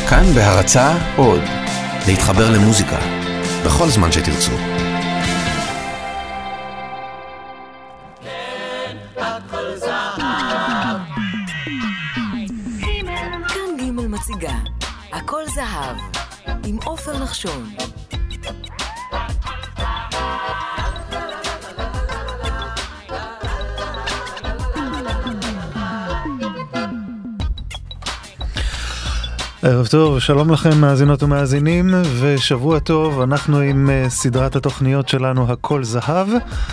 כאן בהרצאה עוד, להתחבר למוזיקה, בכל זמן שתרצו. כאן גימל מציגה, הכל זהב, עם עופר נחשון. ערב טוב, שלום לכם מאזינות ומאזינים, ושבוע טוב. אנחנו עם סדרת התוכניות שלנו הכל זהב,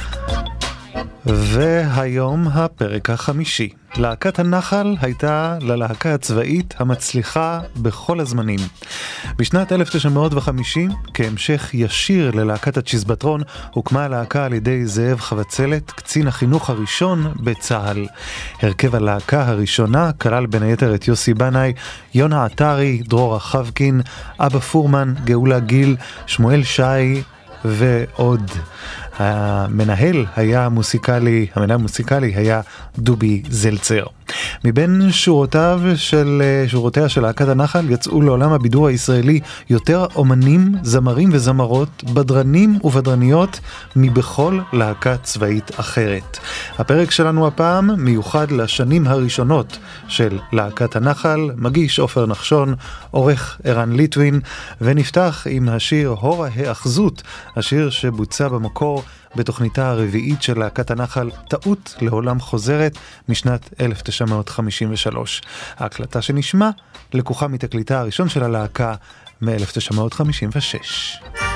והיום הפרק החמישי. להקת הנחל הייתה ללהקה הצבאית המצליחה בכל הזמנים. בשנת 1950, כהמשך ישיר ללהקת הצ'יזבטרון, הוקמה הלהקה על ידי זאב חבצלת, קצין החינוך הראשון בצה"ל. הרכב הלהקה הראשונה כלל בין היתר את יוסי בנאי, יונה עטרי, דרור חבקין, אבא פורמן, גאולה גיל, שמואל שי ועוד. המנהל המוסיקלי היה דובי זלצר. מבין שורותיה של להקת הנחל יצאו לעולם הבידור הישראלי יותר אומנים, זמרים וזמרות, בדרנים ובדרניות מבכל להקה צבאית אחרת. הפרק שלנו הפעם מיוחד לשנים הראשונות של להקת הנחל, מגיש עופר נחשון, עורך ערן ליטווין, ונפתח עם השיר הור האחזות, השיר שבוצע במקור בתוכניתה הרביעית של להקת הנחל, טעות לעולם חוזרת, משנת 1953. ההקלטה שנשמע לקוחה מתקליטה הראשון של הלהקה מ-1956.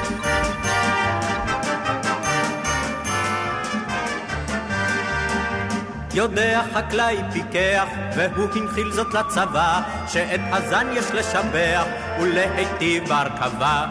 יודע חקלאי פיקח, והוא הנחיל זאת לצבא, שאת הזן יש לשבח ולהיטיב בהרכבה.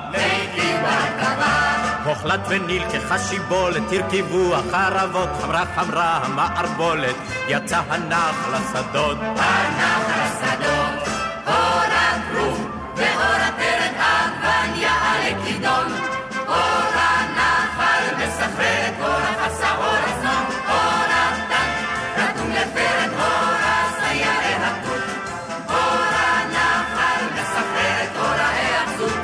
הוחלט ונלקחה שיבולת, תרכיבו החרבות, חמרה חמרה המערבולת, יצא הנחל לשדות. הנחל לשדות, אור הכרוב ואור הטרן עגבניה על הכידון, אור הנחל מסחרר את אור החסה אור הזמן, אור הטנק רתום לפרד אור הסיירי התות, אור הנחל מסחרר את אור ההאחזות.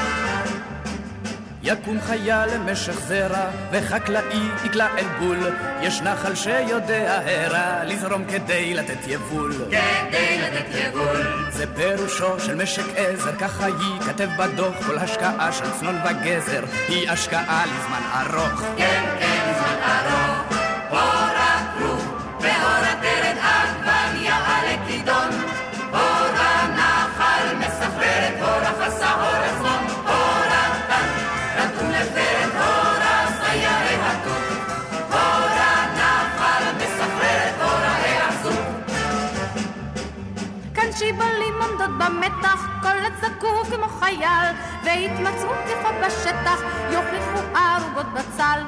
יקום חייל למשך זרע וחקלאי יקלה אל בול, יש נחל שיודע הרע לזרום כדי לתת יבול, זה פירושו של משק עזר, ככה ייכתב בדוח, כל השקעה של צנון וגזר היא השקעה לזמן ארוך. כן, לזמן ארוך. אור הכרוב ואור הטרן עגבניה על הכידון, אור הנחל מסחרר את אור החסה אור הזמן, אור הטנק רתום לפרד אור הסיירי התות, אור הנחל מסחרר את אור ההאחזות. כאן שיבולים עומדות במתח, כל הצקוף כמו חייל, והתמצאו תקפה בשטח, יוכיחו ערוגות בצל,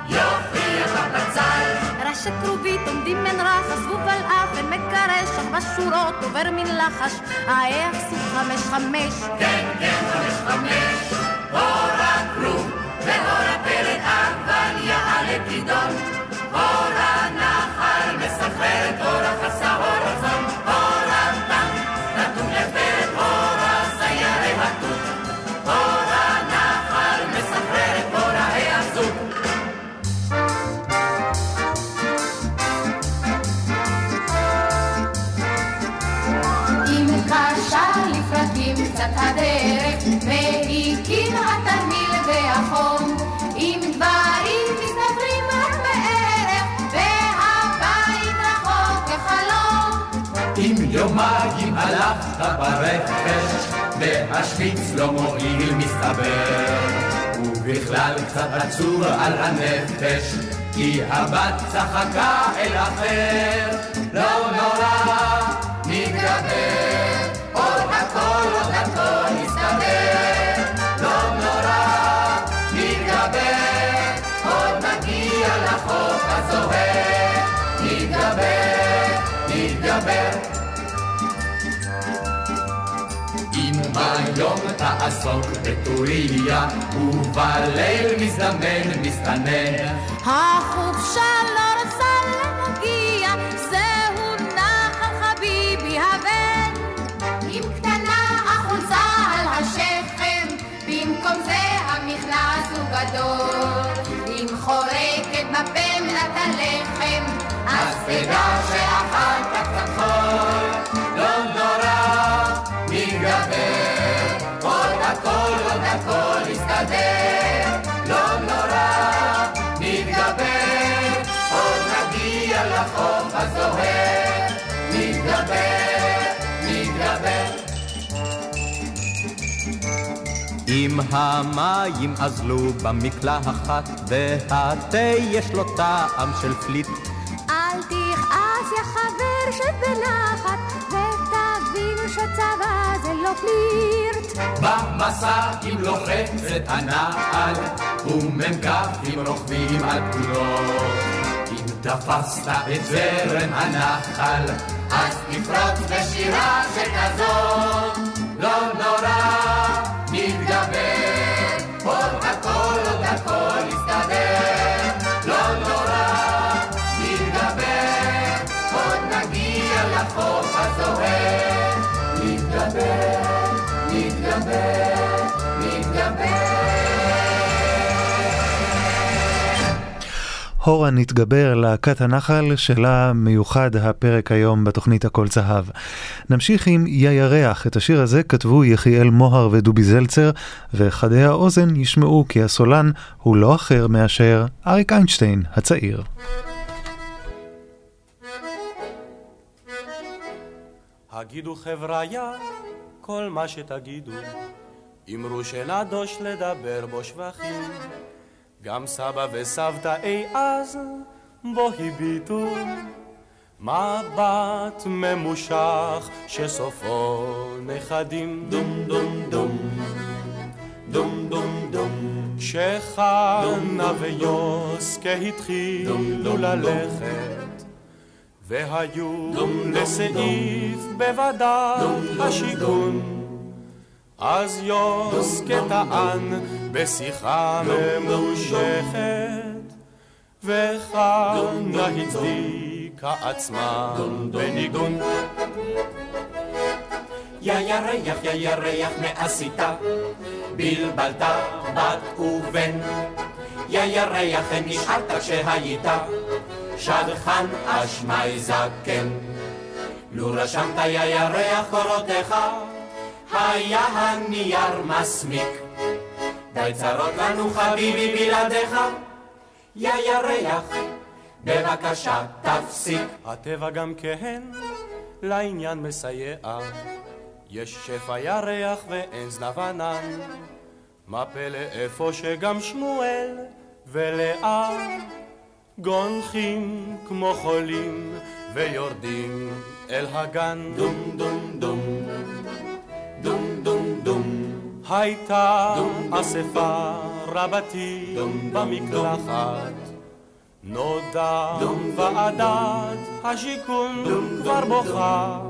רשת כרובית עומדים מן רחש, זבוב על אף אין מקרש, אך בשורות עובר מן לחש, ההאחזות 5-5. כן, 5-5. אור הכרוב ואור הטרן עגבניה על הכידון, אור הנחל מסחרר את אור החסה אור הזמן, אור הטנק רתום לפרד אור הסיירי התות, אור הנחל מסחרר את אור ההאחזות. אם קשה לפרקים קצת הדרך, והקים התרמיל והחום, אם דברים מסתדרים רק בערך, והבית רחוק כחלום. אם יומיים הלכת ברפש, והשוויץ לא מועיל מסתבר, ובכלל קצת עצוב על הנפש, כי הבת צחקה אל אחר. לא נורא, נתגבר, עוד הכל יסתדר. לא נורא, נתגבר, עוד נגיע לחוף הזוהר. נתגבר. אם ביום תעסוק בטוריה, ובליל מזדמן מסתנן, החופשה לא רוצה להגיע, זהו נחל חביבי הבן. אם קטנה החולצה על כבדה שאכלת קצת חול, לא נורא, נתגבר, עוד הכל יסתדר, לא נורא, נתגבר, עוד נגיע לחוף הזוהר, נתגבר, נתגבר. אם המים אזלו במקלחת והתה יש לו טעם של פליט, אל תכעס יא חבר שבנחת ותבין שצבא זה לא פלירט. במסע אם לוחצת הנעל ומ"כים רוכבים על גבולות, אם תפסת את זרם הנחל אז תפרוץ בשירה שכזאת, לא נורא נתגבר, עוד הכל יסתדר, לא נורא נתגבר, עוד נגיע לחוף הזוהר, נתגבר, נתגבר, נתגבר. הורה נתגבר, להקת הנחל שלה מיוחד הפרק היום בתוכנית הכל זהב. נמשיך עם ירח. את השיר הזה כתבו יחיאל מוהר ודובי זלצר, וחדי האוזן ישמעו כי הסולן הוא לא אחר מאשר אריק איינשטיין הצעיר. הגידו חבריה כל מה שתגידו, אמרו שנדוש לדבר בו שבחים, גם סבא וסבתא אי אז בו הביטו, מבט ממושך שסופו נכדים, דום דום דום דום דום דום. כשחנה ויוסקה התחילו ללכת והיו לסעיף בוועדת השיכון, אז יוסקה טען בשיחה ממושכת וחנה הצדיקה עצמה בניגון. יא ירח מעשית, בלבלת בת ובן, יא ירח נשארת כשהיית שדכן אשמי זקן. לו רשמת יא ירח קורותיך היה הנייר מסמיק, די צרות לנו חביבי בלעדיך, יא ירח בבקשה תפסיק. הטבע גם כן לעניין מסייע, יש שפע ירח ואין זנב ענן, מה פלא איפה שגם שמואל ולאה גונחים כמו חולים ויורדים אל הגן. דום דום דום דום דום דום. הייתה אספה רבתי במקלחת, נודע ועדת השיכון כבר בוכה,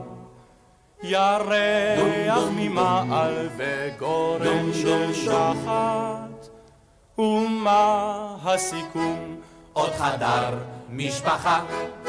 ירח ממעל וגורן של שחת, ומה הסיכום? עוד חדר משפחה.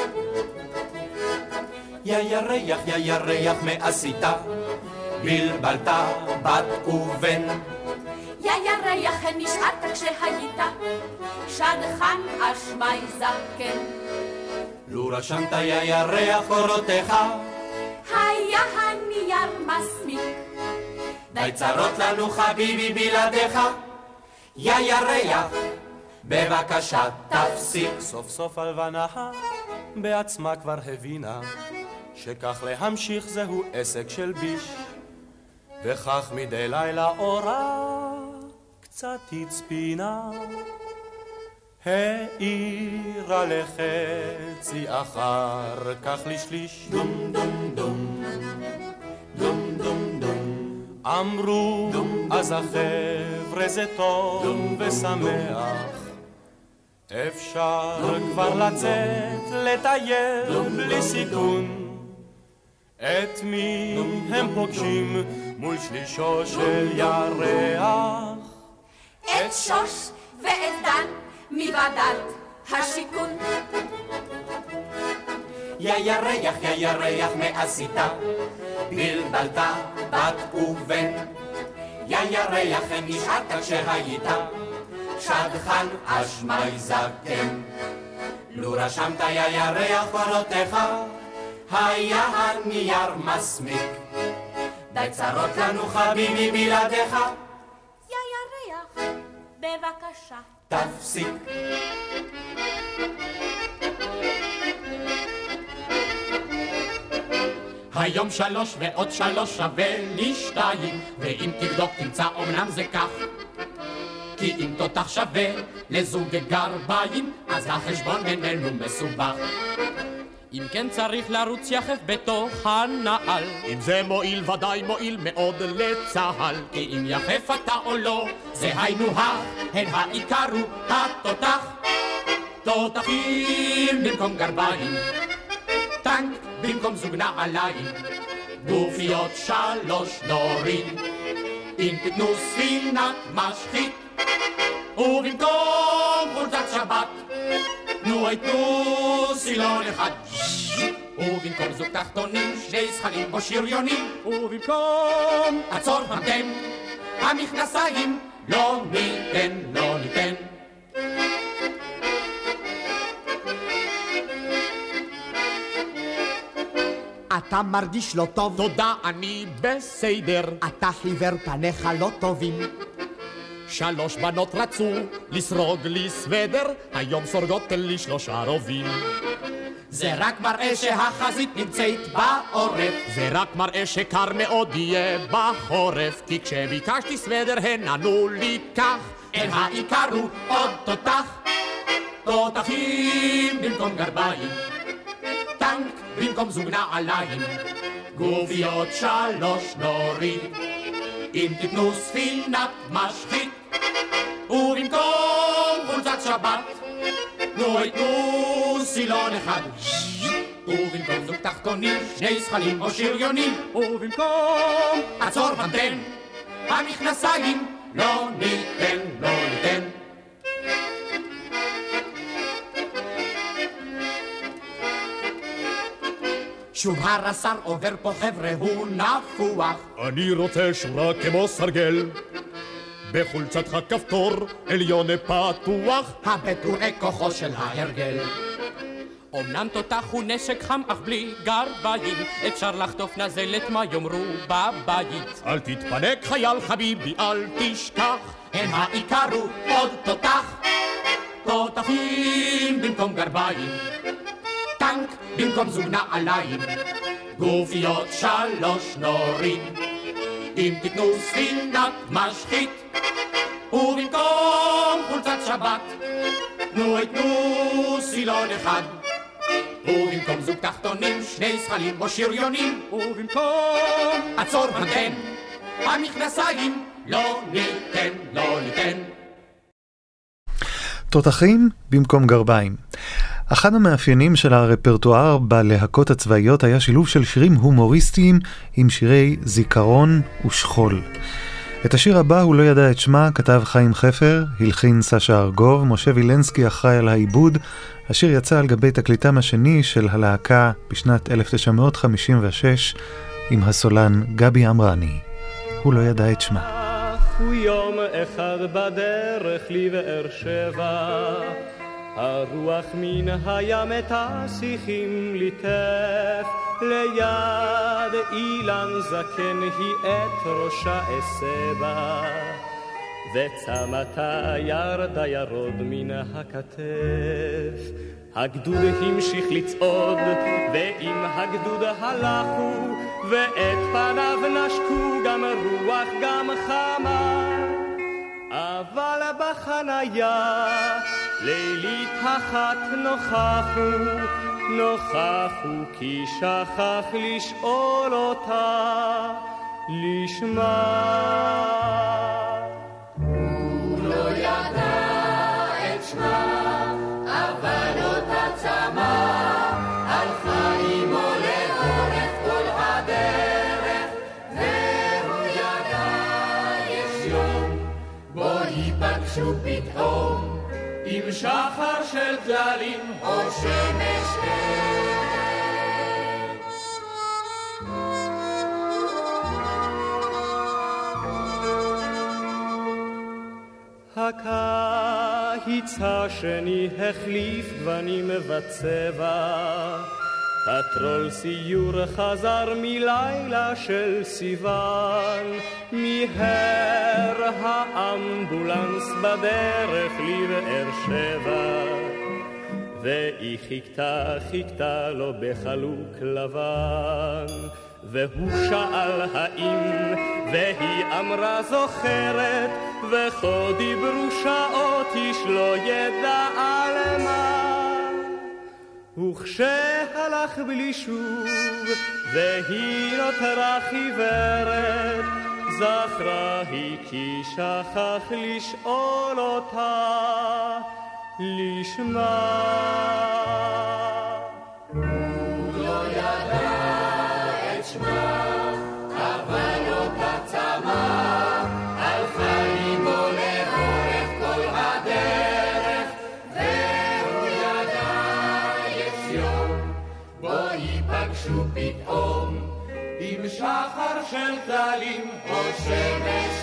יא ירח מעשית, בלבלת בת ובן, יא ירח נשארת כשהיית שדכן אשמי זקן. לו רשמת יא ירח קורותיך היה הנייר מסמיק, די צרות לנו חביבי בלעדיך, יא ירח בבקשה תפסיק. סוף סוף הלבנה בעצמה כבר הבינה שכך להמשיך זהו עסק של ביש, וכך מדי לילה אורה קצת הצפינה, העירה לחצי אחר כך לשליש. דום דום דום דום דום דום. אמרו אז החבר'ה זה טוב ושמח, אפשר כבר לצאת לטייל בלי סיכון, את מי הם פוגשים מול שלישו של ירח? את שוש ואת דן מוועדת השיכון. יא ירח מעשית, בלבלת בת ובן, יא ירח נשארת כשהיית שדכן אשמי זקן. לו רשמת יא ירח קורותיך, היה הנייר מסמיק. די צרות לנו חביבי בלעדיך, יא ירח, בבקשה. תפסיק. היום 3 ועוד 3 שווה לי 2, ואם תבדוק תמצא אומנם זה כך. כי אם תותח שווה לזוג גרביים, אז החשבון בינינו מסובך. אם כן צריך לרוץ יחף בתוך הנעל, אם זה מועיל ודאי מועיל מאוד לצהל. כי אם יחף אתה או לא זה היינו הן העיקר הוא התותח. תותחים במקום גרביים, טנק במקום זוג נעליים, גופיות 3 דורים. אם תתנו ספינת משחית ובמקום חולצת שבת תנו סילון אחד, ובמקום זוג תחתונים 2 זכלים או שריונים, ובמקום עצור המתם המכנסיים לא ניתן, לא ניתן. אתה מרגיש לא טוב? תודה, אני בסדר. אתה חיוור, פניך לא טובים. 3 בנות רצו לסרוג לי סוודר, היום סורגות לי 3 רובים. זה רק מראה שהחזית נמצאת בעורף, זה רק מראה שקר מאוד יהיה בחורף. כי כשביקשתי סוודר הן ענו לי כך, אין העיקר הוא עוד תותח. תותחים במקום גרביים, טנק במקום זוג נעליים, גופיות 3 נורים. אם תתנו ספינת משחית ובמקום חולצת שבת תנו סילון אחד, ובמקום זוג תחתונים 2 זכלים או שריונים, ובמקום עצור המתן המכנסיים לא ניתן, לא ניתן. שוב הרס"ר עובר פה חבר'ה, הוא נפוח. אני רוצה שורה כמו סרגל, בחולצתך כפתור עליון פתוח, הבטורי כוחו של ההרגל. אמנם תותח הוא נשק חם אך בלי גרביים, אפשר לחטוף נזלת מה יאמרו בבית. אל תתפנק חייל חביבי אל תשכח, הם העיקר הוא עוד תותח. תותחים במקום גרביים, טנק במקום זוג נעליים, גופיות 3 נורים. אם תתנו ספינת משחית ובמקום חולצת שבת תנו סילון אחד, ובמקום זוג תחתונים 2 זכלים או שריונים, ובמקום עצור המתן המכנסיים לא ניתן, לא ניתן. תותחים במקום גרביים. אחד המאפיינים של הרפרטואר בלהקות הצבאיות היה שילוב של שירים הומוריסטיים עם שירי זיכרון ושכול. את השיר הבא, הוא לא ידע את שמה, כתב חיים חפר, הלחין סשה ארגוב, משה וילנסקי אחראי על העיבוד. השיר יצא על גבי תקליטם השני של הלהקה בשנת 1956 עם הסולן גבי אמרני. הוא לא ידע את שמה. ויום אחד בדרך לבאר שבע, הרוח מן הים את השיחים ליטף, ליד אילן זקן היא את ראשה אסבה, וצמתה ירדה ירוד מן הכתף. הגדוד המשיך לצעוד ועם הגדוד הלכו, ואת פניו נשקו גם רוח גם חמה, אבל בחניה לילית אחת נוכחו כי שכח לשאול אותה לשמה. הוא לא ידע את שמה, אבל אותה צמא, הלכה עמו לאורך כל הדרך, והוא ידע יש יום בו ייפגשו פתאום עם שחר של גללים או שמש עקיצה שני החליף גוונים וצבע, פטרול סיור חזר מלילה של סיוון, מיהר האמבולנס בדרך לבאר שבע, והיא חיכתה לו בחלוק לבן, והוא שאל האם, והיא אמרה זוכרת, וכה דיברו שעות איש לא ידע על מה. וכשהלך בלי שוב והיא נותרה חיוורת, זכרה היא כי שכח לשאול אותה לשמה. הוא לא ידע את שמה, אבל אותה צמא, הלכה עמו לאורך כל הדרך, והוא ידע יש יום בו ייפגשו פתאום, עם שחר של צלים או שמש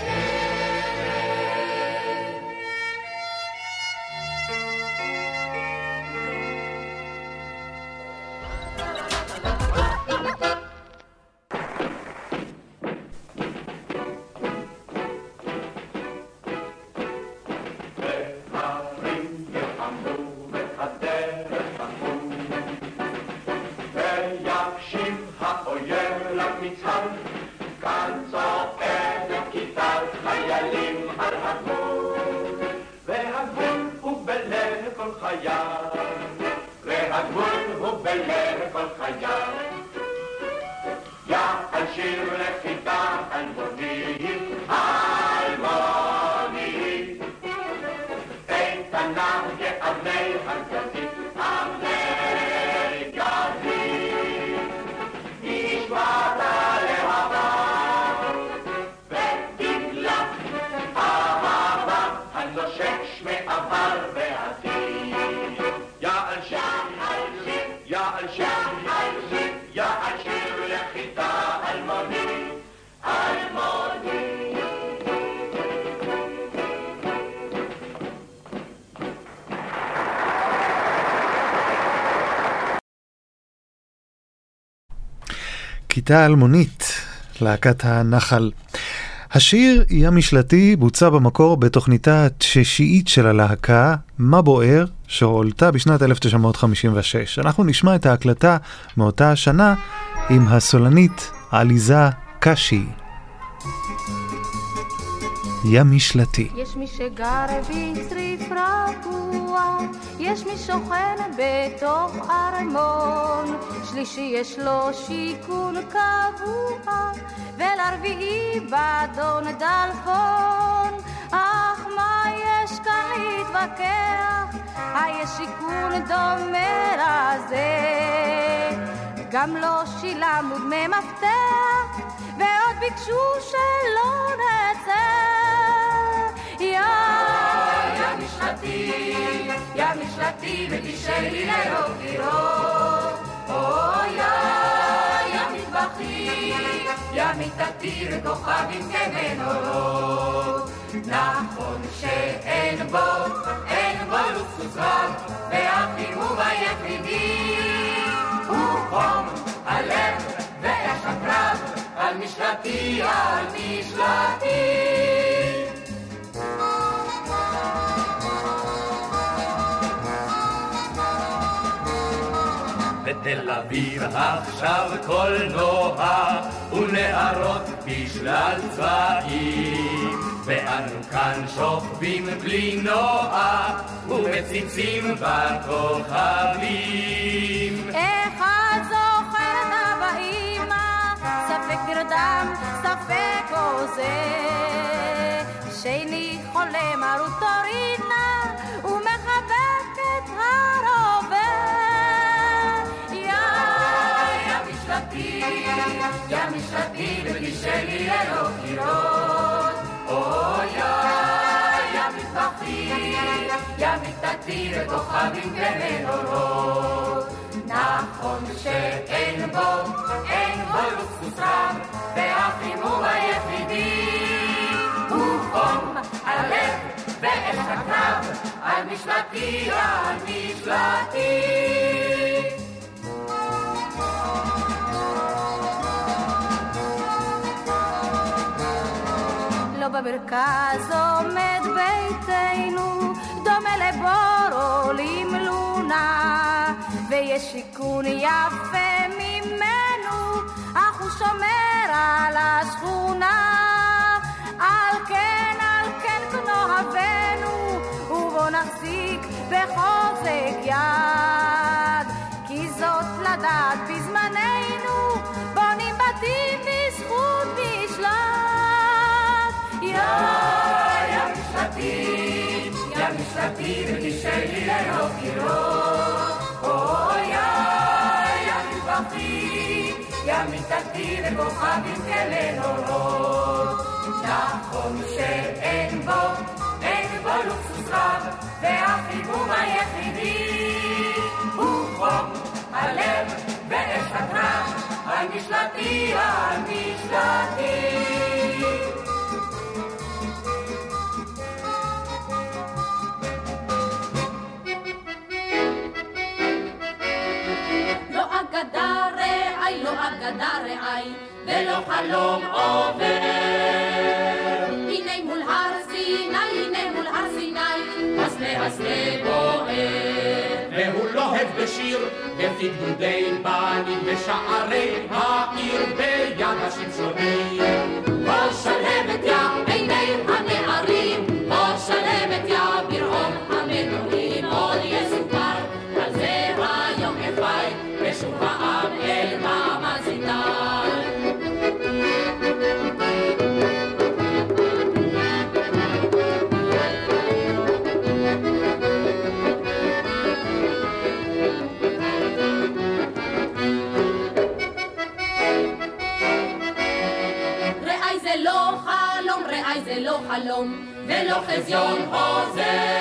כיתה אלמונית, להקת הנחל. השיר ים משלתי בוצע במקור בתוכניתה השישית של הלהקה, מה בוער, שהועלתה בשנת 1956. אנחנו נשמע את ההקלטה מאותה השנה עם הסולנית עליזה קשי. ים משלתי. יש מי שגר בצריף רגוע, יש מי שוכן בתוך ארמון, שלישי יש לו שיקון קבוע, ולרביעי בדון דלפון. אך מה יש כאן להתווכח, היש שיקון דומה לזה, גם לא שילמנו דמי מפתח, ועוד ביקשו שלא נצא. ים משלתי, ים משלתי, ותשאלי ללא קירות. ים מטבחי, ים מיטתי, וכוכבים כמנורות. נכון שאין בו לוקסוס רב, והחימום היחידי הוא חום הלב ואש הקרב, על משלתי, על משלתי. בתל אביב עכשיו קולנוע ונערות בשלל צבעים, ואנו כאן שוכבים בלי נוע ומציצים בכוכבים. אחד זוכר את הבאימא, ספק נרדם, ספק עוזר, שני חולם על רוטורינה ומחבק את הרובה. ים משלתי, ותשאלי ללא קירות. ים מטבחי, ים מיטתי, וכוכבים כמנורות. נכון שאין בו לוקסוס רב, והחימום היחידי הוא חום הלב ואש הקרב, על המשלתי, המשלתי. לא במרכז עומד ביתנו, דומה לבור עולים לונה, ויש שיכון יפה ממנו, אך הוא שומר על השכונה. על כן כנוהבנו, ובוא נחזיק בחוזק יד, כי זאת לדעת בזמננו, בונים בתים בזכות משלט. יא משלטים, יא משלטים, ותשאלי לילות קירות. יא מטבחים, יא מתקדים וכוכבים כלנורות. נכון שאין בו לוקסוס רב, והחיבור היחידי הוא חום הלב ואש הקרב. המשלטי, המשלטי. לא אגדה רעי, לא אגדה רעי, ולא חלום עובר. הנה מול הר סיני, הנה מול הר סיני, הסנה בוער. והוא לוהב בשיר, בפי גדודי בנים בשערי העיר ביד השמשונים. בוא שלהבת יא עיני הנערים, בוא שלהבת יא ברעום המנועים. עוד יסופר על זה היום אפי, ושוב העם אל מעמד סיני. זה לא חלום ולא חזיון חוזר.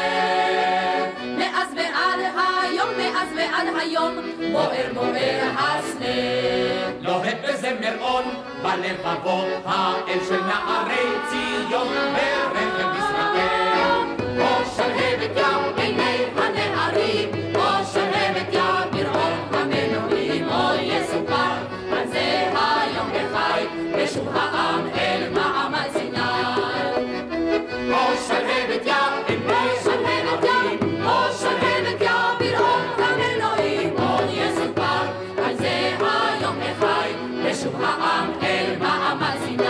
מאז ועד היום בוער הסנה. לוהט בזמר און בלבבות האל של נערי ציון ורכב ישראל. בוא שלהבת יא עיני הנערים, בוא שלהבת יא ברעום המנועים. עוד יסופר על זה היום בחי, ושוב העם אל מעמד סיני. בוא שלהבת יא עיני הנערים, בוא שלהבת יא ברעום המנועים. עוד יסופר על זה היום בחי, ושוב העם אל מעמד סיני.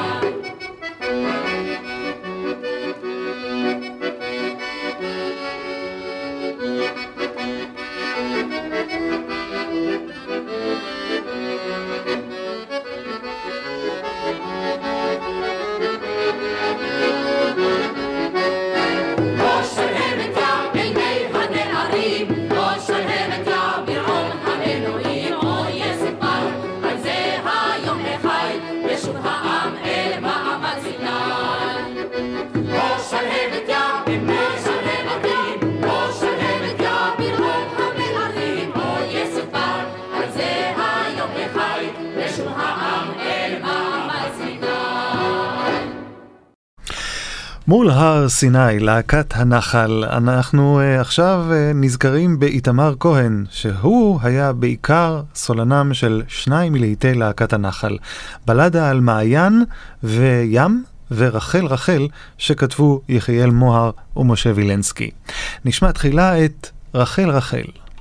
מול הר סיני, להקת הנחל. אנחנו עכשיו נזכרים באיתמר כהן, שהוא היה בעיקר סולנם של שניים מלהיטי להקת הנחל. בלדה על מעיין וים ורחל רחל, שכתבו יחיאל מוהר ומשה וילנסקי. נשמע תחילה את רחל רחל.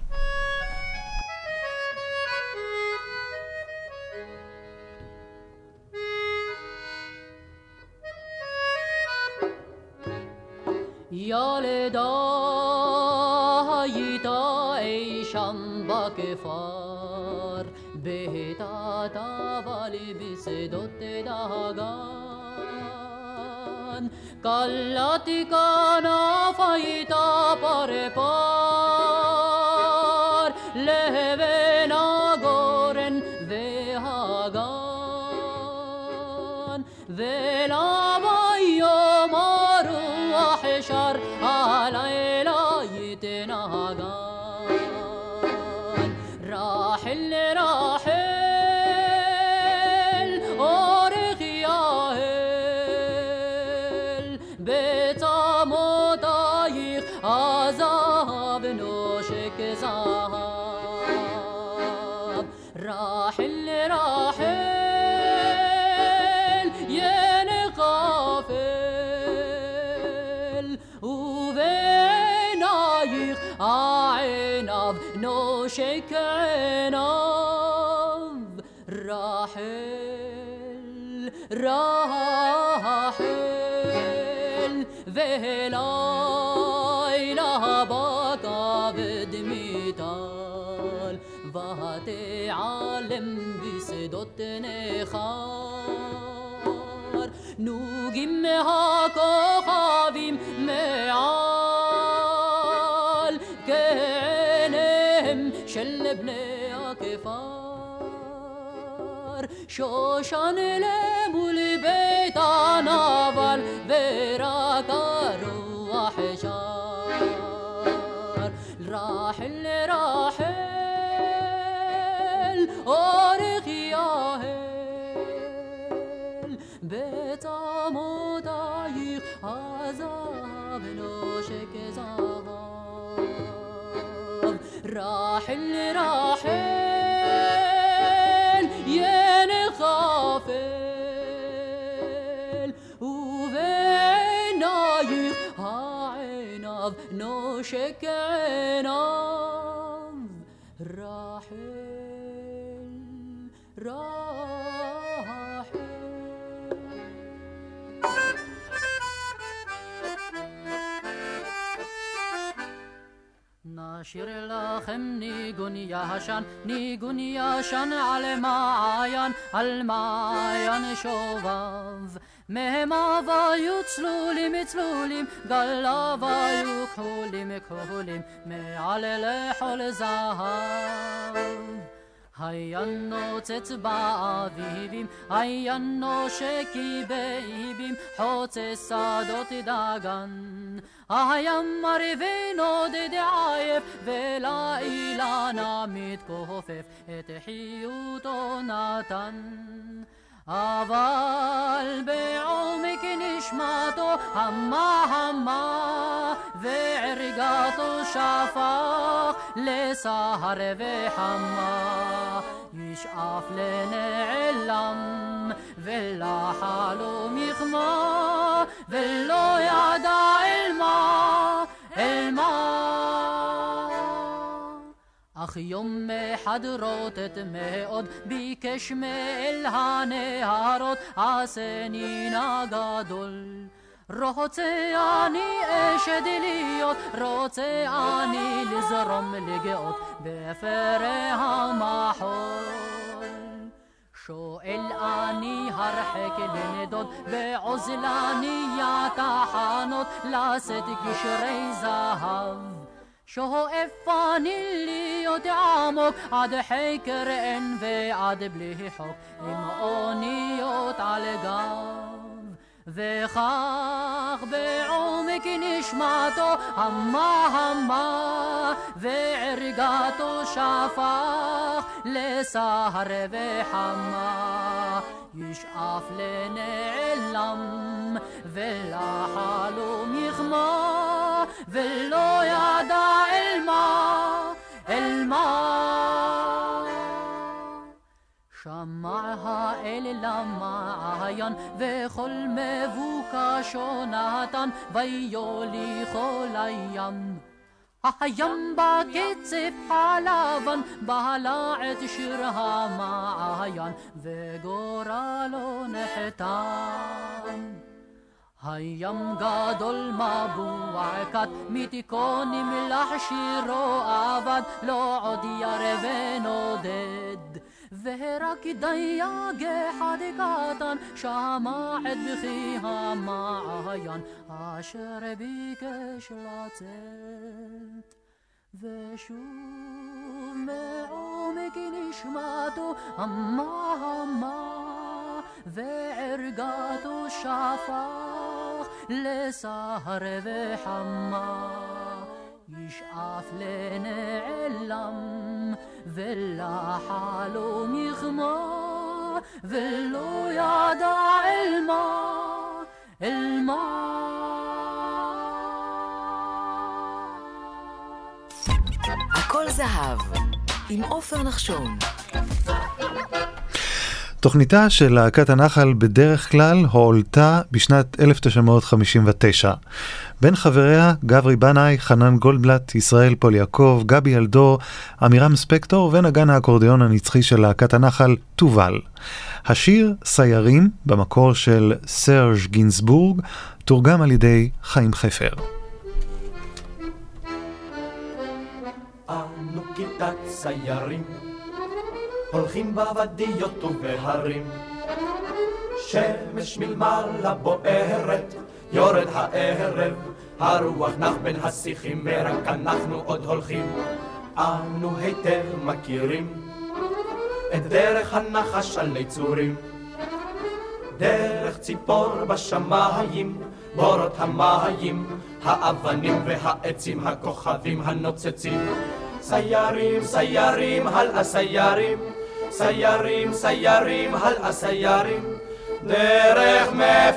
ילדה הייתה אי שם בכפר, בהיטת אבל בשדות דגן. קלעתי כנף הייתה פרפר, לבין הגורן והגן. ולמה יום הרוח שר הלילה יתנגן. רחל רחל אורך יהל, בצמותייך נושק עיניו רחל, רחל, ולילה בקע בדמיטל, ותעלם בשדות נכר, נוגים הכוכבים מעל, כעיניהם של בני הכפר, שושן למול בית הנבל, ורק הרוח שר, רחל רחל, אורך יהל, בצמותייך הזהב נושק זהב, רחל רחל, ינך אפל, ובעינייך העיניו נושק עיניו, רחל, רחל. נשיר לכם ניגון ישן על מעיין שובב, מהם היו צלולים, גליו היו כחולים, מעל לחול זהב. היה נוצץ באביבים, היה נושק באיבים, חוצץ שדות דגן. היה מרווה נודד עייף, ולאילנה מתכופף, את חיותו נתן. אבל בעומק נשמתו המה, וערגתו שפך לסהר וחמה. ישאף לנעלם ולחלום יחמה, ולא ידע אל מה. אך יום אחד רוטט מאוד, ביקש מאל הנהרות, עשני נא גדול. רוצה אני אשד להיות, רוצה אני לזרום לגאות באפרי המחול. שואל אני הרחק לנדוד, בעוזלני תחנות, לשאת קשרי זהב. שואף אני להיות עמוק, עד חקר אין ועד בלי חוק, עם אוניות על גב. וכך בעומק נשמתו המה, וערגתו שפך לסהר וחמה. ישאף לנעלם ולחלום יחמה, ולא ידע אל מה. שמע האל למעיין, וכל מבוקשו נתן, ויוליכו לים. הים בקצף הלבן, בלע את שיר המעיין, וגורלו נחתן. הים גדול מבוע כת, מתיקונים להכשירו עבד, לא עוד ירא ונודד. ורק דייג אחד קטן שמע את בכי המעיין, אשר ביקש לצאת. ושוב מעומק נשמתו המה, וערגתו שפך לסהר וחמה. ישאף לנעלם ולחלום יחמה, ולא ידע אל מה. הכל זהב עם עופר נחשון. תוכניתה של להקת הנחל בדרך כלל הועלתה בשנת 1959. בין חבריה גברי בנאי, חנן גולדבלט, ישראל פול יעקב, גבי אלדור, אמירם ספקטור ונגן האקורדיון הנצחי של להקת הנחל תובל. השיר סיירים במקור של סרג' גינסבורג תורגם על ידי חיים חפר. אנו כיתת סיירים הולכים בוודיות ובהרים, שמש מלמעלה בוערת, יורד הערב, הרוח נח בין השיחים, ורק אנחנו עוד הולכים. אנו היטב מכירים את דרך הנחש עלי צורים, דרך ציפור בשמיים, בורות המים, האבנים והעצים, הכוכבים הנוצצים. סיירים, סיירים, הלאה סיירים, סיירים, סיירים, הלאה סיירים, דרך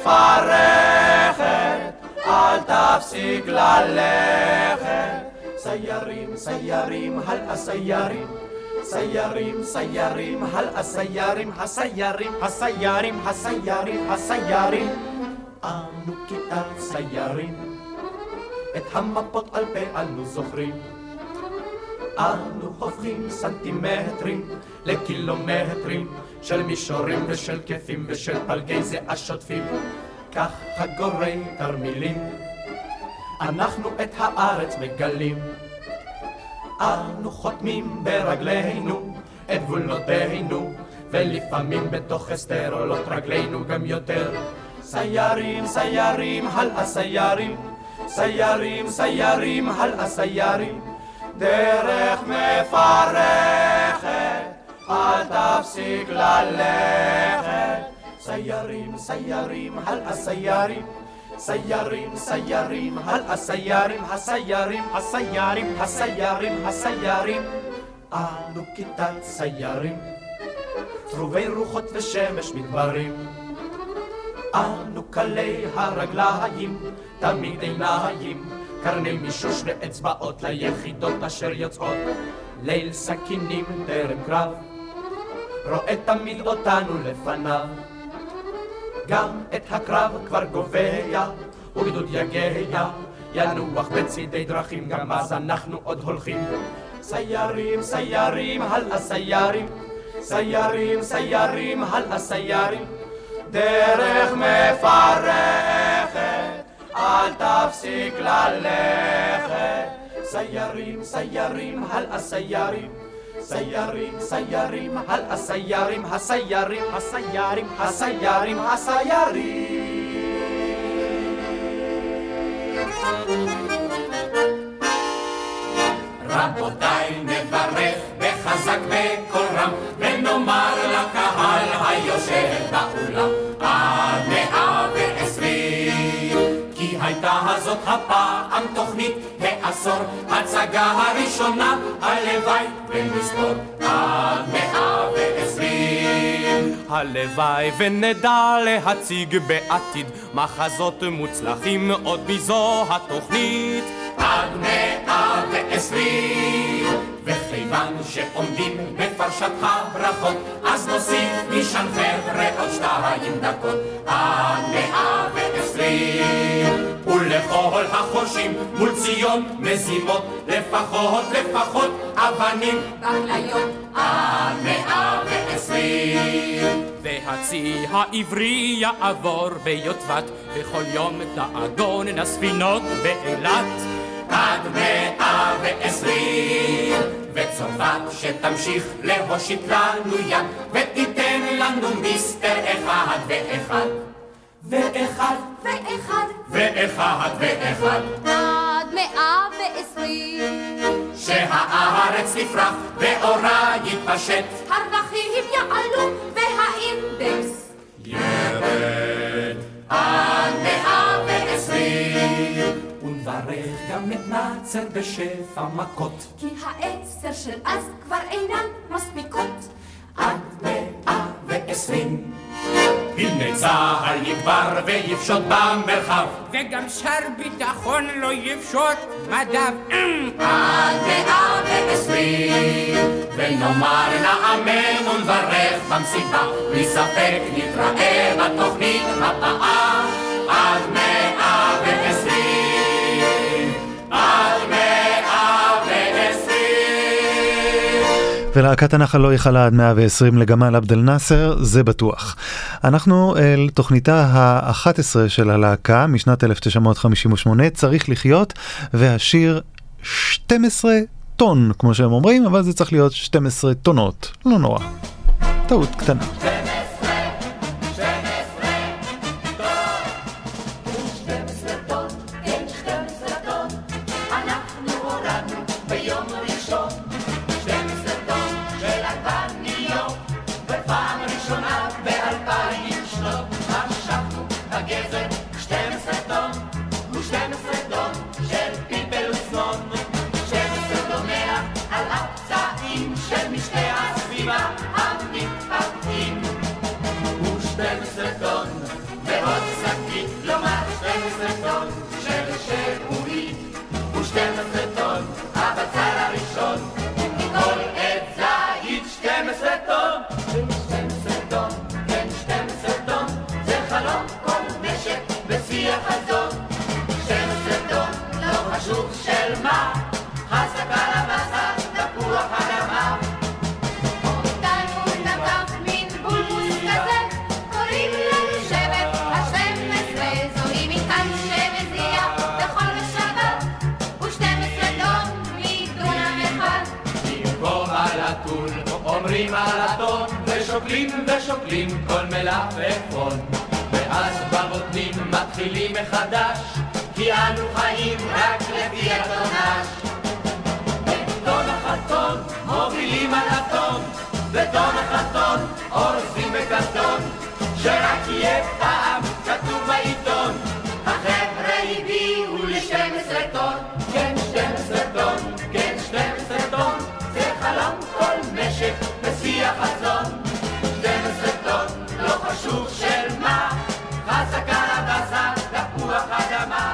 מפרכת, אל תפסיק ללכת. סיירים, סיירים, הלאה סיירים, סיירים, סיירים, הלאה סיירים, הסיירים, הסיירים, הסיירים, הסיירים. אנו כיתת סיירים, את המפות על פה אנו זוכרים, אנו הופכים סנטימטרים לקילומטרים של מישורים ושל כיפים ושל פלגי זיעה שוטפים. כך חגורי תרמילים אנחנו את הארץ מגלים, אנו חותמים ברגלינו את גבולותינו, ולפעמים בתוך הסתר עולות רגלינו גם יותר. סיירים, סיירים, הלאה סיירים, סיירים, סיירים, הלאה סיירים, דרך מפרכת, אל תפסיק ללכת. סיירים, סיירים, הלאה סיירים, סיירים, סיירים, הלאה סיירים, הסיירים, הסיירים, הסיירים, הסיירים. אנו כיתת סיירים, טרובי רוחות ושמש מדברים, אנו קלי הרגליים, תמיד עיניים, קרני מישוש ואצבעות ליחידות אשר יוצאות. ליל סכינים טרם קרב, רואה תמיד אותנו לפניו, גם את הקרב כבר גובע, וגדוד יגע, ינוח בצידי דרכים, גם אז אנחנו עוד הולכים. סיירים, סיירים, הלאה סיירים, סיירים, סיירים, הלאה סיירים, דרך מפרכת, אל תפסיק ללכת. סיירים, סיירים, הלאה סיירים, סיירים, סיירים, הלאה סיירים, הסיירים, הסיירים, הסיירים, הסיירים. רבותיי, נברך בחזק בקול רם, ונאמר לקהל היושב באולם, עד 120. כי הייתה הזאת הפעם תוכנית העשור, הצגה הראשונה, הלוואי ונספור עד 120. הלוואי ונדע להציג בעתיד מחזות מוצלחים עוד מזו התוכנית עד 120. וכיוון שעומדים בפרשת הברכות, אז נוסיף משם חבר'ה עוד 2 דקות עד 120. ולכל החושים מול ציון מזימות, לפחות אבנים בכליות עד 120. והצי העברי יעבור ביוטבת, וכל יום דאגון הספינות באילת עד 120. וצרפת שתמשיך להושיט לנו יד, ותיתן לנו מיסטר אחד ואחד ואחד ואחד ואחד ואחד עד 120. שהארץ תפרח ואורה יתפשט, הרווחים יעלו והאינדקס ירד עד 120. ונברך גם את נצר בשפע מכות, כי ה10 של אז כבר אינן מספיקות. עד 120. הנה צהל יגבר ויפשוט במרחב, וגם שר ביטחון לא יפשוט מדב. עד 120 ונאמר נאמן ונברך במסיבה, בלי ספק נתראה בתוכנית הבאה. עד 120, עד 120. ולהקת הנחל לא יכלה עד 120 לגמל עבד אל נאסר, זה בטוח. אנחנו אל תוכניתה ה-11 של הלהקה משנת 1958, צריך לחיות, והשיר 12 טון, כמו שהם אומרים, אבל זה צריך להיות 12 טונות, לא נורא. טעות קטנה. ושוקלים כל מלפפון, ואז בבוטנים מתחילים מחדש, כי אנו חיים רק לפי הטונש. בטון החתון מובילים על הטון, בטון החתון אורזים בקרטון, שרק יהיה פעם כתוב בעיתון, החבר'ה הביאו ל12 טון. כן 12 טון, כן 12 טון, זה חלום כל משק בשיא החזון. 12 טון, לא חשוב של מה, חזקה לבשר, תפוח אדמה.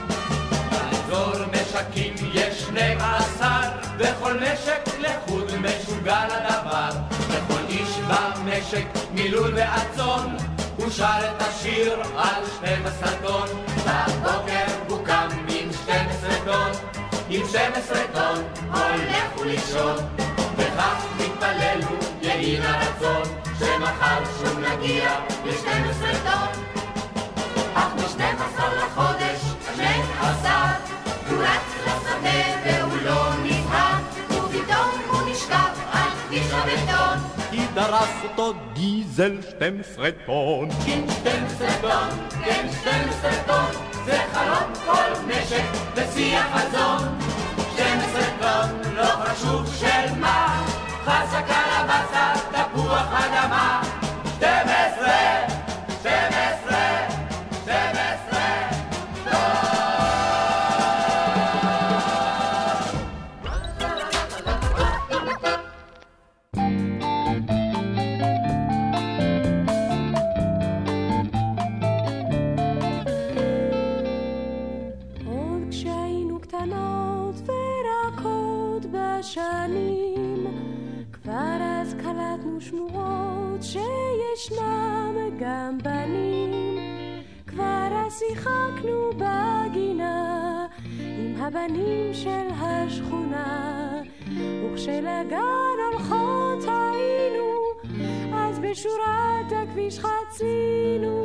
באזור משקים יש 12, בכל משק לחוד משוגע לדבר. לכל איש במשק מילול ועצון, הוא שר את השיר על 12 טון. בבוקר הוא קם עם 12 טון, עם 12 טון הולך לישון, וכך מתפלל הוא יהי הרצון, שמחר שוב נגיע ל12 טון. אך מ12 לחודש 12 הוא רץ לשדה והוא לא נזהר, ופתאום הוא נשכב על כביש הבטון, כי דרס אותו דיזל 12 טון. כן 12 טון, כן 12 טון, זה חלום כל משק בשיא החזון. 12 טון, לא חשוב של מה, חזקה לבשר, תפוח אדמה. 12, 12, 12 עוד כשהיינו קטנות ורקות בשנים, כבר אז קלטנו שמועות שישנם גם בנים. כבר אז שיחקנו בגינה עם הבנים של השכונה, וכשלגן הולכות היינו, אז בשורת הכביש חצינו,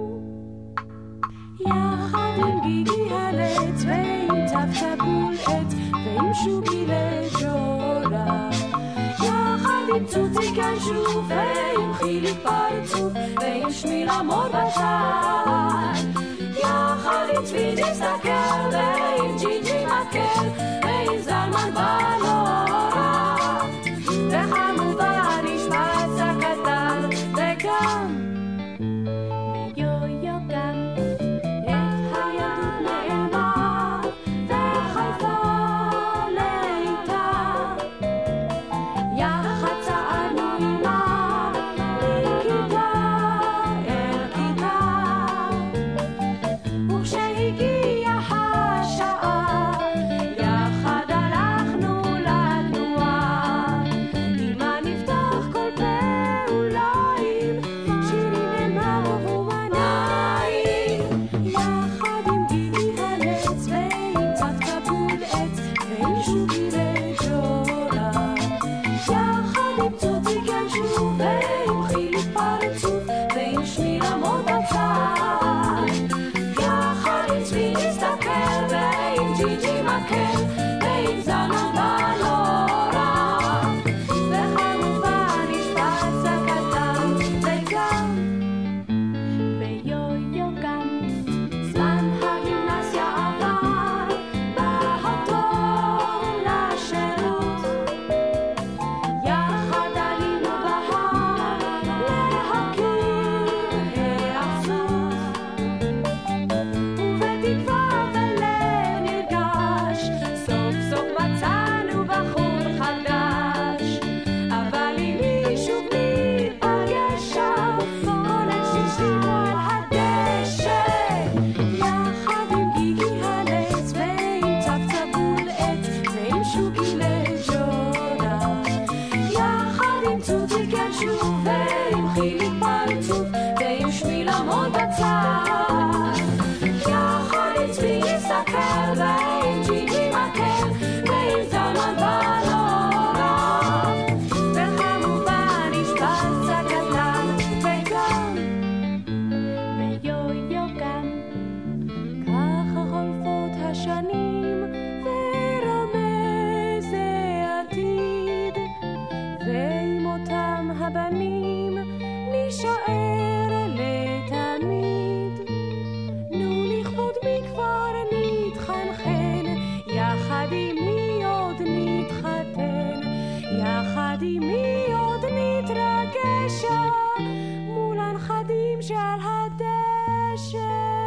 יחד עם גיגי הלץ ועם צפצפול עץ ועם שוקי לג'ולה, יחד עם צוצי קנשוף ועם חיליק פרצוף ועם שמיל אמור בצד, יחד עם צבי נסתכל ועם ג'ינג'י מקל ועם זלמן בלורה, וכמובן נשמץ הקטן וגם יו-יו גם את הילדות נעלמה וחלפה לאיתה, יחד צעדנו עימה מכיתה אל מקל, ועם זמן בלורה, וכמובן נשפץ הקטן, וגם ביו-יו גם זמן הגימנסיה עבר, בהתור לשירות, יחד עלינו בהר להכיר היאחזות, ובתקווה ולב נרגש סוף סוף מצאנו בחור חדש, אבל אם מישהו ניפגש שם כל השישים על הדשא, יחד עם גיגי הלץ ועם צפצפול עץ ועם שוקי לג'ודה, יחד עם צוצי קשוב ועם חילי פרצוף ועם שמי למוד בצד, יחד עם צבי סקר ועם ג'יגי מקל ועם זמן בלורה, וכמובן נשפץ הקטן, וגם ביו-יו גם ככה חולפות השנים ורמז זה עתיד, ועם אותם הבנים נשאר לתמיד. נו לכבוד מי כבר נתחנכן, יחד עם מי עוד נתחתן, יחד עם מי עוד נתרגש מול הנכדים שעל הדשא,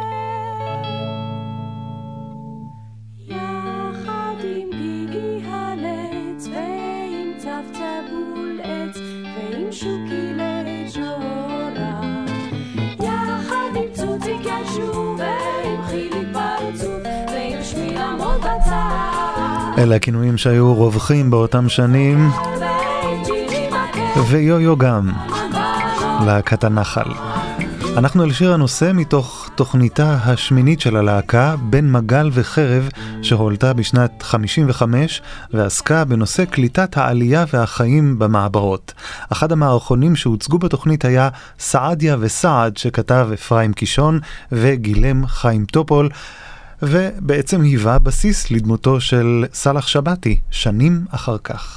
יחד עם גיגי הלץ ועם צפצפול עץ ועם שוקי לג'ורה, יחד עם צוצי קשוב ועם חילי פרצוף ועם שמי למוד בצד, אלה הכינויים שהיו רווחים באותם שנים, ועם ג'יג'י מקל ויו-יו גם, להקת הנחל. אנחנו על שיר הנושא מתוך תוכניתה השמינית של הלהקה, בין מגל וחרב, שהולתה בשנת 55 ועסקה בנושא קליטת העלייה והחיים במעברות. אחד המערכונים שהוצגו בתוכנית היה סעדיה וסעד, שכתב אפרים קישון וגילם חיים טופול, ובעצם היווה בסיס לדמותו של סלח שבתי שנים אחר כך.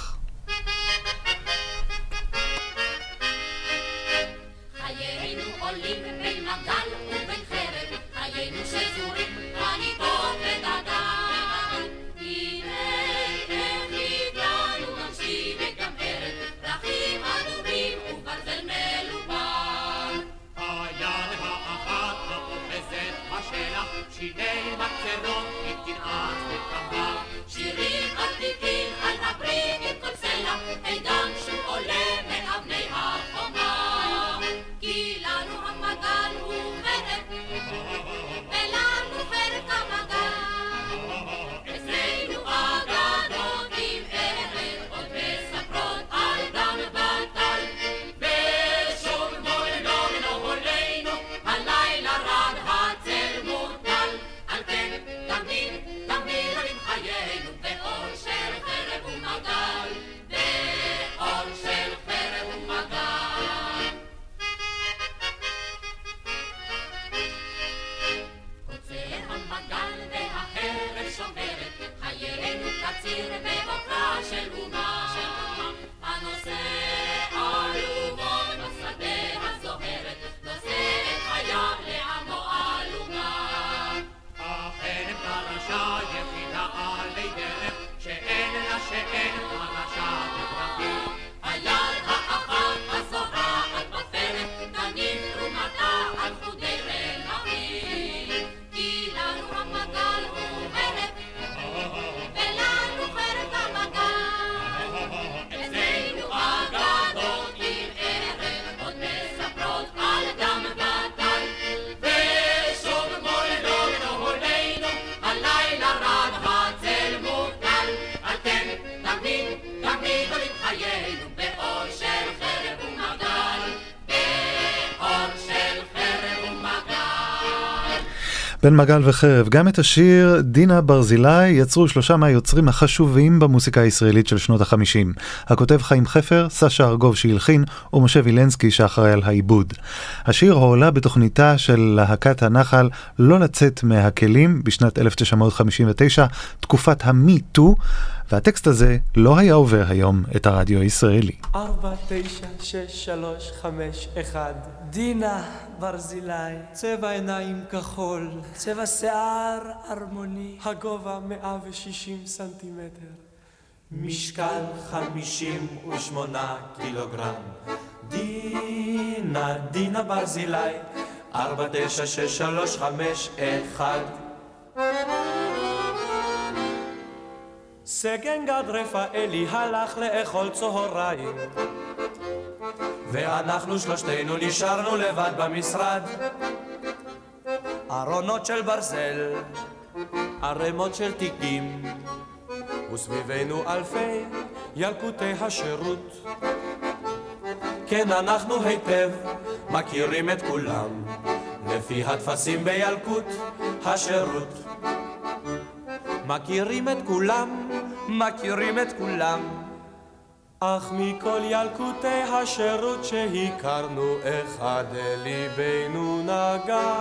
חיינו עולים בין מגל ובין חרב, חיינו שזורים מנהיגות ודגן. הנה איך הגענו נמשי וגם ערב, פרחים אדומים וברזל מלובן. היד האחת לא אוחזת בשלח, שיני מקצרות היא תנעץ ותמר. שירים עתיקים על הברית עם כל סלע, עידן שוב עולה מאבני החומה. כי לנו המגל הוא חרב, ולנו חרב כמגל. אצלנו אגדות עם ערב, עוד מספרות על דם בטל. ושוב מולנו מולנו, הלילה רד הצל מוטל. על כן תמיד תמיד הרים חיים בין מגל וחרב, גם את השיר דינה ברזילי יצרו 3 מהיוצרים החשובים במוסיקה הישראלית של שנות ה-50. הכותב חיים חפר, סשה ארגוב שהלחין, ומשה וילנסקי שאחראי על העיבוד. השיר הועלה בתוכניתה של להקת הנחל לא לצאת מהכלים בשנת 1959, תקופת המי-טו, והטקסט הזה לא היה עובר היום את הרדיו הישראלי. 4, 9, 6, 3, 5, 1 דינה ברזילי, צבע עיניים כחול, צבע שיער הרמוני, הגובה 160 סנטימטר, משקל 58 קילוגרם. דינה ברזילי, 4, 9, 6, 3, 5, 1 סגן גד רפאלי הלך לאכול צהריים, ואנחנו שלושתנו נשארנו לבד במשרד. ארונות של ברזל, ערימות של תיקים, וסביבנו אלפי ילקוטי השירות. כן, אנחנו היטב מכירים את כולם, לפי התפסים בילקוט השירות. מכירים את כולם, מכירים את כולם. אך מכל ילקוטי השירות שהכרנו, אחד ליבנו נגע.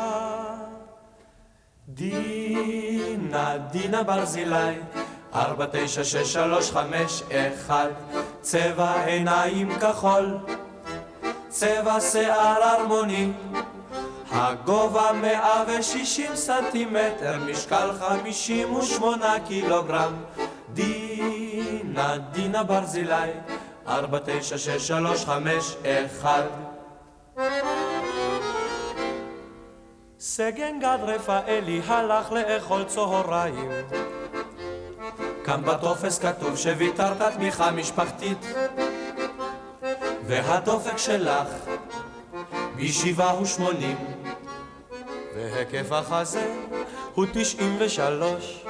דינה ברזילי, 4, 9, 6, 3, 5, 1 צבע עיניים כחול, צבע שיער הרמוני, הגובה 160 סנטימטר, משקל 58 קילוגרם. דינה ברזילי, 4, 9, 6, 3, 5, 1 סגן גד רפאלי הלך לאכול צהריים, כאן בטופס כתוב שוויתרת תמיכה משפחתית, והדופק שלך ב7 ו80, והיקף החזה הוא 93.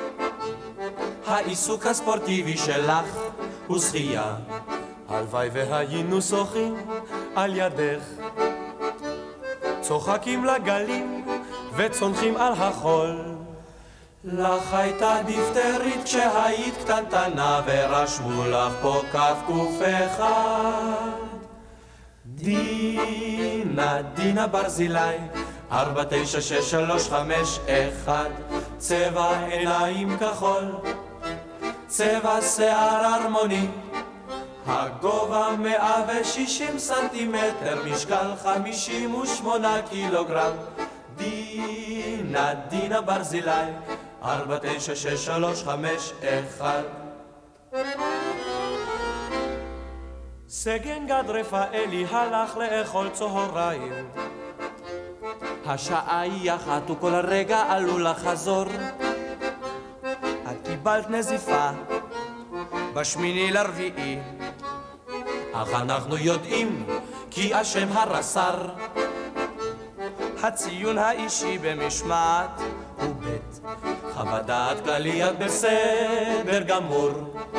העיסוק הספורטיבי שלך הוא שחייה, הלוואי והיינו שוחים על ידך, צוחקים לגלים וצונחים על החול. לך הייתה דיפטרית כשהיית קטנטנה, ורשמו לך פה כף קוף אחד. דינה ברזילי, 4, 9, 6, 3, 5, 1 צבע עיניים כחול, צבע שיער הרמוני, הגובה 160 סנטימטר, משקל 58 קילוגרם. דינה ברזילי, 4, 9, 6, 3, 5, 1 סגן גד רפאלי הלך לאכול צהריים, השעה היא 1 וכל הרגע עלול לחזור. את קיבלת נזיפה ב8 לרביעי, אך אנחנו יודעים כי אשם הרס"ר. הציון האישי במשמעת הוא בית, חוות דעת כללית בסדר גמור.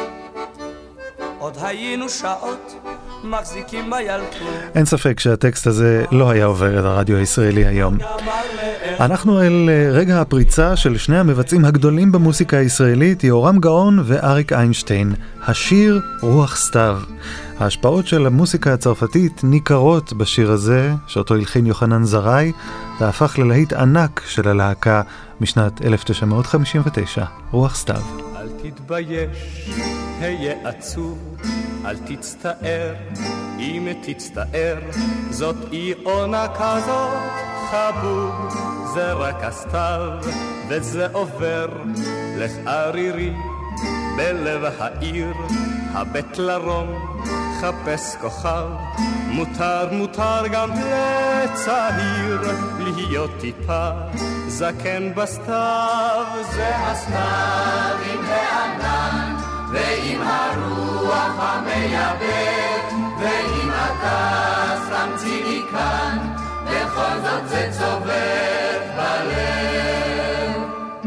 עוד היינו שעות מחזיקים בילקוט. אין ספק שהטקסט הזה לא היה עובר את הרדיו הישראלי היום. אנחנו אל רגע הפריצה של 2 המבצעים הגדולים במוסיקה הישראלית, יהורם גאון ואריק איינשטיין. השיר רוח סתיו. ההשפעות של המוסיקה הצרפתית ניכרות בשיר הזה, שאותו הלחין יוחנן זרעי, והפך ללהיט ענק של הלהקה משנת 1959, רוח סתיו. אל תתבייש, היה עצוב, אל תצטער, אם תצטער, זאת אי עונה כזאת חבוב, זה רק הסתיו וזה עובר, לך ערירי בלב העיר, הבית לרום, חפש כוכב, מותר גם לצעיר, להיות טיפה זקן בסתיו, זה הסתיו עם הענן ועם הרוח המייבאת, ועם הכעס רמציני כאן, בכל זאת זה צובט בלב.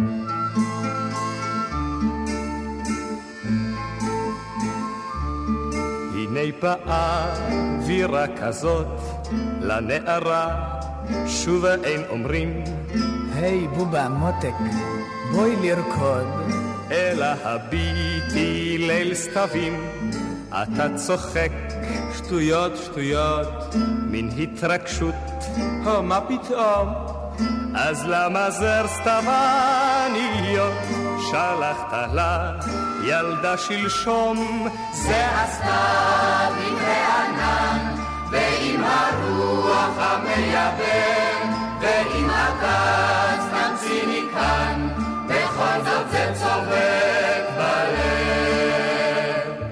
הנה באווירה כזאת לנערה שוב אין אומרים היי בובה מותק, בואי לרקוד. אלא הביטי ליל סתבים, אתה צוחק שטויות שטויות, מן התרגשות, מה פתאום? אז למה זר סתווניות שלחת לה ילדה שלשום? זה הסתיו עם הענן ועם הרוח המייבם ועם הגז תמציני כאן, בכל זאת זה צובק בלב.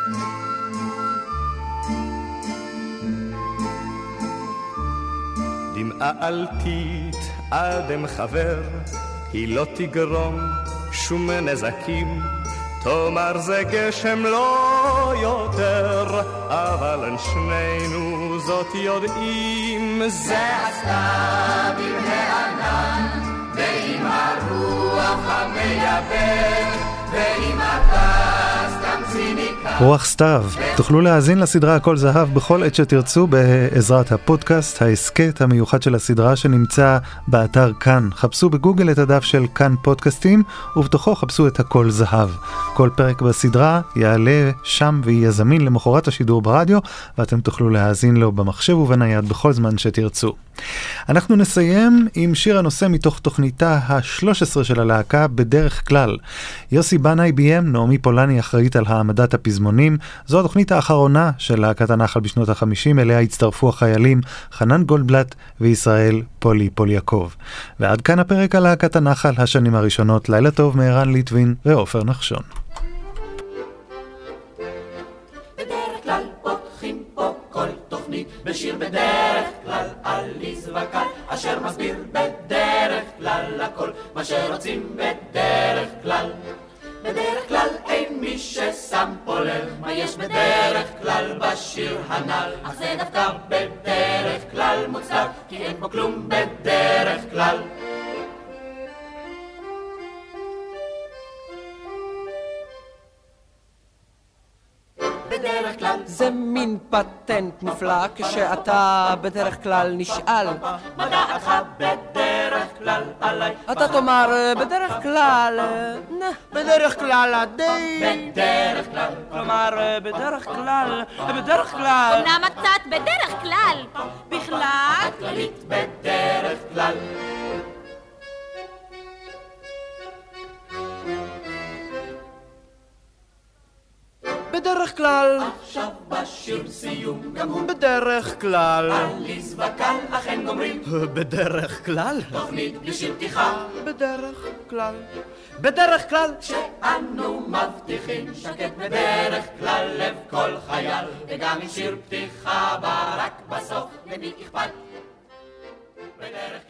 דמעה אלתית אדם חבר, היא לא תגרום שום נזקים, תאמר זה גשם לא יותר, אבל אין שנינו זאת יודעים. זה הסתיו עם הענן ועם הרוח המייבם ועם הגז תמציני כאן. רוח סתיו. תוכלו להאזין לסדרה הכל זהב בכל עת שתרצו בעזרת הפודקאסט, ההסקט המיוחד של הסדרה שנמצא באתר כאן. חפשו בגוגל את הדף של כאן פודקאסטים ובתוכו חפשו את הכל זהב. כל פרק בסדרה יעלה שם ויהיה זמין למחרת השידור ברדיו, ואתם תוכלו להאזין לו במחשב ובנייד בכל זמן שתרצו. אנחנו נסיים עם שיר הנושא מתוך תוכניתה ה-13 של הלהקה בדרך כלל. יוסי בנאי ביים, נעמי פולני אחראית על העמדת הפזמונים. זו התוכנית האחרונה של להקת הנחל בשנות ה-50, אליה הצטרפו החיילים חנן גולדבלט וישראל פול יעקב. ועד כאן הפרק על להקת הנחל, השנים הראשונות. לילה טוב מערן ליטווין ועופר נחשון. בדרך כלל פותחים פה כל תוכנית בשיר בדרך כלל עליז וקל, אשר מסביר בדרך כלל הכל מה שרוצים בדרך כלל. בדרך כלל אין מי ששם פה לב מה יש בדרך כלל בשיר הנ"ל, אך זה דווקא בדרך כלל מוצדק, כי אין פה כלום בדרך כלל. בדרך כלל זה מין פטנט נפלא כשאתה בדרך כלל נשאל מה דעתך בדרך כלל עליי, אתה תאמר בדרך כלל בדרך כלל די בדרך כלל, כלומר בדרך כלל אמנם קצת בדרך כלל בכלל כללית בדרך כלל. בדרך כלל עכשיו בשיר סיום גם הוא בדרך כלל עליז וקל אכן גומרים בדרך כלל תוכנית בשיר פתיחה בדרך כלל שאנו מבטיחים שקט בדרך כלל לב כל חייל, וגם עם שיר פתיחה ברק בסוף למי אכפת בדרך כלל